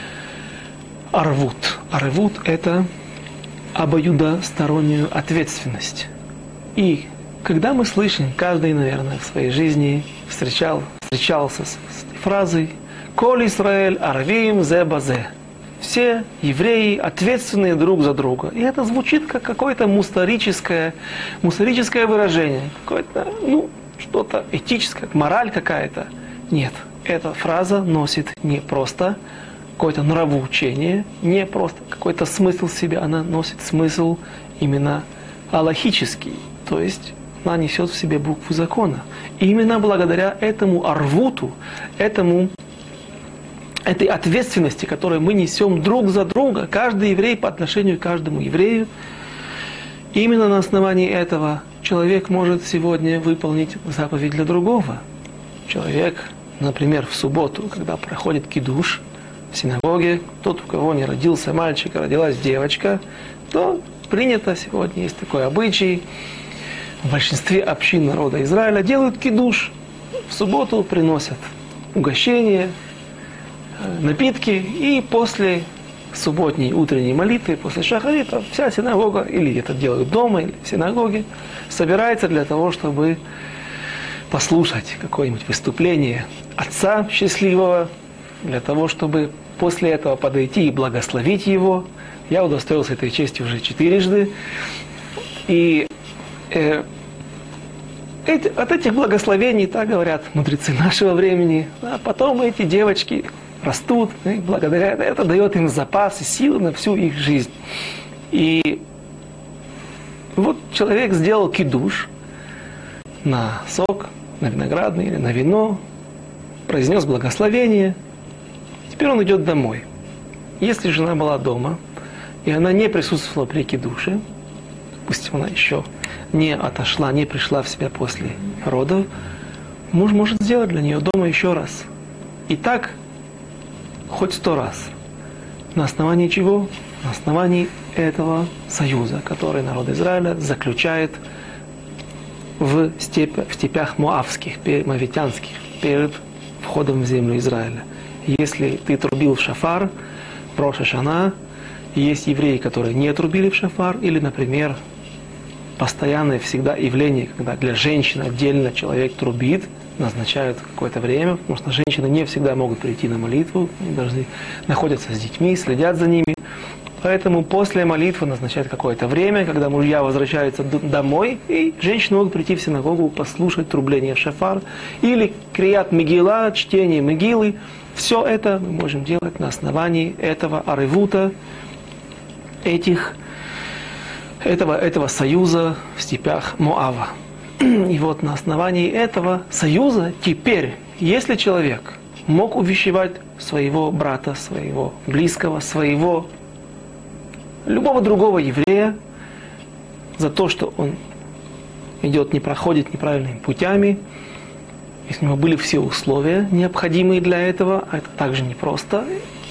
арвут. Арвут – это обоюдостороннюю ответственность. И когда мы слышим, каждый, наверное, в своей жизни встречал, встречался с, с фразой «Коль Исраэль арвим зе базе». Все евреи ответственные друг за друга. И это звучит как какое-то мусорическое, мусорическое выражение, какое-то, ну, что-то этическое, мораль какая-то. Нет, эта фраза носит не просто какое-то нравоучение, не просто какой-то смысл в себе, она носит смысл именно алахический, то есть она несет в себе букву закона. И именно благодаря этому арвуту, этому, этой ответственности, которую мы несем друг за друга, каждый еврей по отношению к каждому еврею, именно на основании этого человек может сегодня выполнить заповедь для другого. Человек, например, в субботу, когда проходит кидуш, в синагоге, тот, у кого не родился мальчик, а родилась девочка, то принято сегодня, есть такой обычай, в большинстве общин народа Израиля делают кидуш, в субботу приносят угощение, напитки, и после субботней утренней молитвы, после шахарита, вся синагога, или это делают дома, или в синагоге, собирается для того, чтобы послушать какое-нибудь выступление отца счастливого, для того, чтобы после этого подойти и благословить его. Я удостоился этой чести уже четырежды. И э, эти, от этих благословений, так говорят мудрецы нашего времени, а потом эти девочки растут, и благодаря этому это дает им запасы, силы на всю их жизнь. И вот человек сделал кидуш на сок, на виноградный или на вино, произнес благословение. Теперь он идет домой. Если жена была дома, и она не присутствовала при кидуше, допустим, она еще не отошла, не пришла в себя после родов, муж может сделать для нее дома еще раз. И так хоть сто раз. На основании чего? На основании этого союза, который народ Израиля заключает в, степь, в степях моавских, моавитянских, перед входом в землю Израиля. Если ты трубил в шафар, Рош ха-Шана, есть евреи, которые не трубили в шафар, или, например, постоянное всегда явление, когда для женщин отдельно человек трубит, назначают какое-то время, потому что женщины не всегда могут прийти на молитву, они должны находятся с детьми, следят за ними. Поэтому после молитвы назначают какое-то время, когда мужья возвращаются домой, и женщины могут прийти в синагогу, послушать трубление в шафар, или крият мегила, чтение мегилы. Все это мы можем делать на основании этого аревута, этих, этого, этого союза в степях Моава. И вот на основании этого союза теперь, если человек мог увещевать своего брата, своего близкого, своего любого другого еврея за то, что он идет, не проходит неправильными путями, если у него были все условия, необходимые для этого, а это также непросто,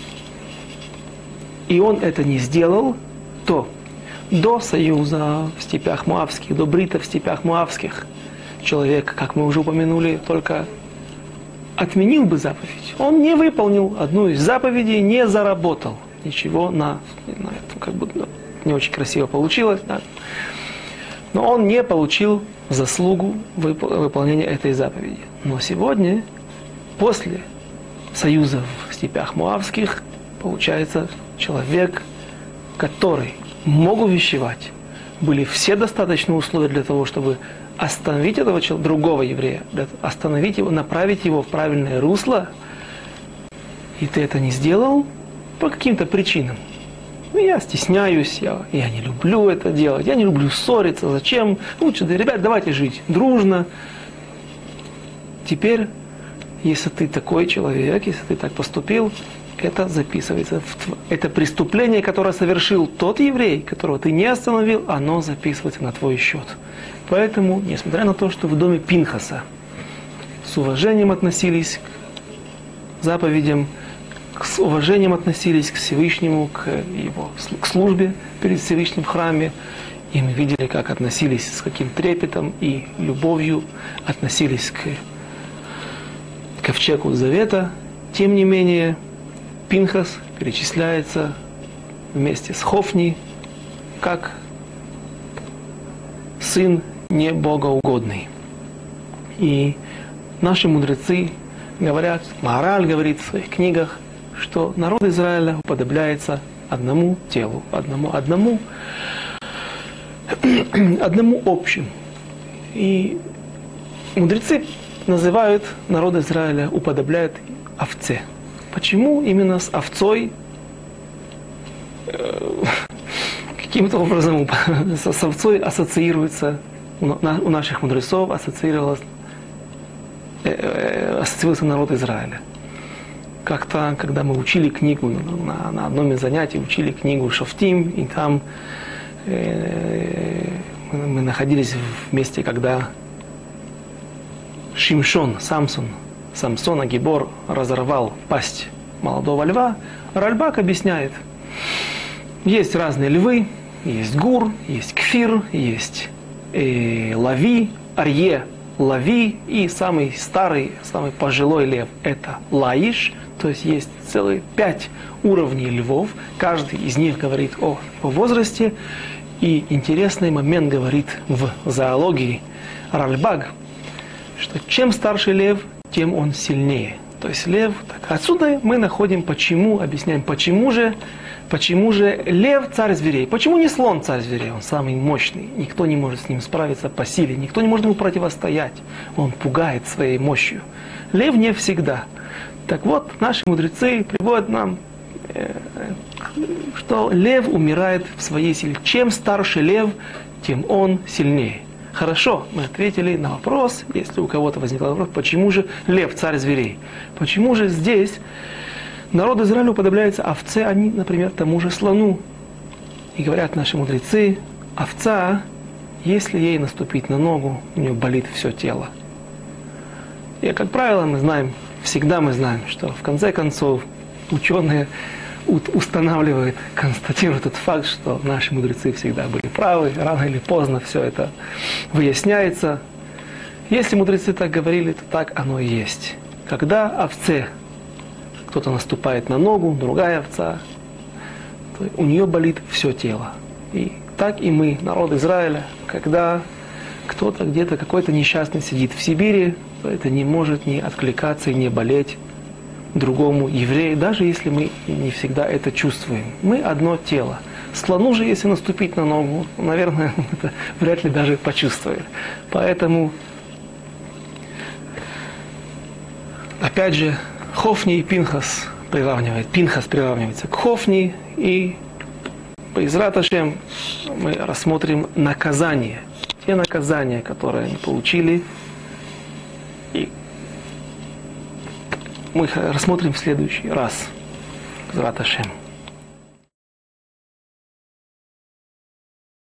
и он это не сделал, то до союза в степях Моавских, до брита в степях Моавских, человек, как мы уже упомянули, только отменил бы заповедь. Он не выполнил одну из заповедей, не заработал ничего на, на это, как бы не очень красиво получилось, да. Но он не получил заслугу выполнения этой заповеди. Но сегодня, после союза в степях Моавских, получается человек, который мог увещевать, были все достаточные условия для того, чтобы остановить этого человека, другого еврея, остановить его, направить его в правильное русло, и ты это не сделал по каким-то причинам. Я стесняюсь, я, я не люблю это делать, я не люблю ссориться, зачем? Лучше, да, ребят, давайте жить дружно. Теперь, если ты такой человек, если ты так поступил, это записывается. В, это преступление, которое совершил тот еврей, которого ты не остановил, оно записывается на твой счет. Поэтому, несмотря на то, что в доме Пинхаса с уважением относились к заповедям, с уважением относились к Всевышнему, к его к службе перед Всевышним в храме, и мы видели, как относились, с каким трепетом и любовью относились к ковчегу Завета. Тем не менее, Пинхас перечисляется вместе с Хофни как сын небогоугодный. И наши мудрецы говорят, Маораль говорит в своих книгах, что народ Израиля уподобляется одному телу, одному, одному, одному общему. И мудрецы называют народ Израиля, уподобляют овце. Почему именно с овцой э, каким-то образом с овцой ассоциируется, у наших мудрецов ассоциировалось, э, э, ассоциируется народ Израиля? Как-то, когда мы учили книгу, на, на одном из занятий учили книгу Шофтим, и там э, мы, мы находились в месте, когда Шимшон, Самсон, Самсон Агибор разорвал пасть молодого льва, Ральбак объясняет, есть разные львы, есть гур, есть кфир, есть э, лави, арье, лави, и самый старый, самый пожилой лев – это лаиш, то есть есть целые пять уровней львов, каждый из них говорит о его возрасте, и интересный момент говорит в зоологии Ральбаг, что чем старше лев, тем он сильнее. То есть лев, так, отсюда мы находим, почему, объясняем, почему же, почему же лев царь зверей, почему не слон царь зверей, он самый мощный, никто не может с ним справиться по силе, никто не может ему противостоять, он пугает своей мощью. Лев не всегда. Так вот, наши мудрецы приводят нам, э, что лев умирает в своей силе. Чем старше лев, тем он сильнее. Хорошо, мы ответили на вопрос, если у кого-то возник вопрос, почему же лев царь зверей? Почему же здесь народ Израиля уподобляется овце, а не, например, тому же слону? И говорят наши мудрецы, овца, если ей наступить на ногу, у нее болит все тело. И, как правило, мы знаем, всегда мы знаем, что в конце концов ученые устанавливают, констатируют тот факт, что наши мудрецы всегда были правы, рано или поздно все это выясняется. Если мудрецы так говорили, то так оно и есть. Когда овце кто-то наступает на ногу, другая овца, то у нее болит все тело. И так и мы, народ Израиля, когда кто-то где-то, какой-то несчастный сидит в Сибири, то это не может не откликаться и не болеть другому еврею, даже если мы не всегда это чувствуем. Мы одно тело. Слону же, если наступить на ногу, наверное, это вряд ли даже почувствует. Поэтому, опять же, Хофни и Пинхас приравнивает. Пинхас приравнивается к Хофни, и Бе'эзрат Ашем мы рассмотрим наказание. Те наказания, которые они получили, и мы их рассмотрим в следующий раз. Бе'эзрат Ашем.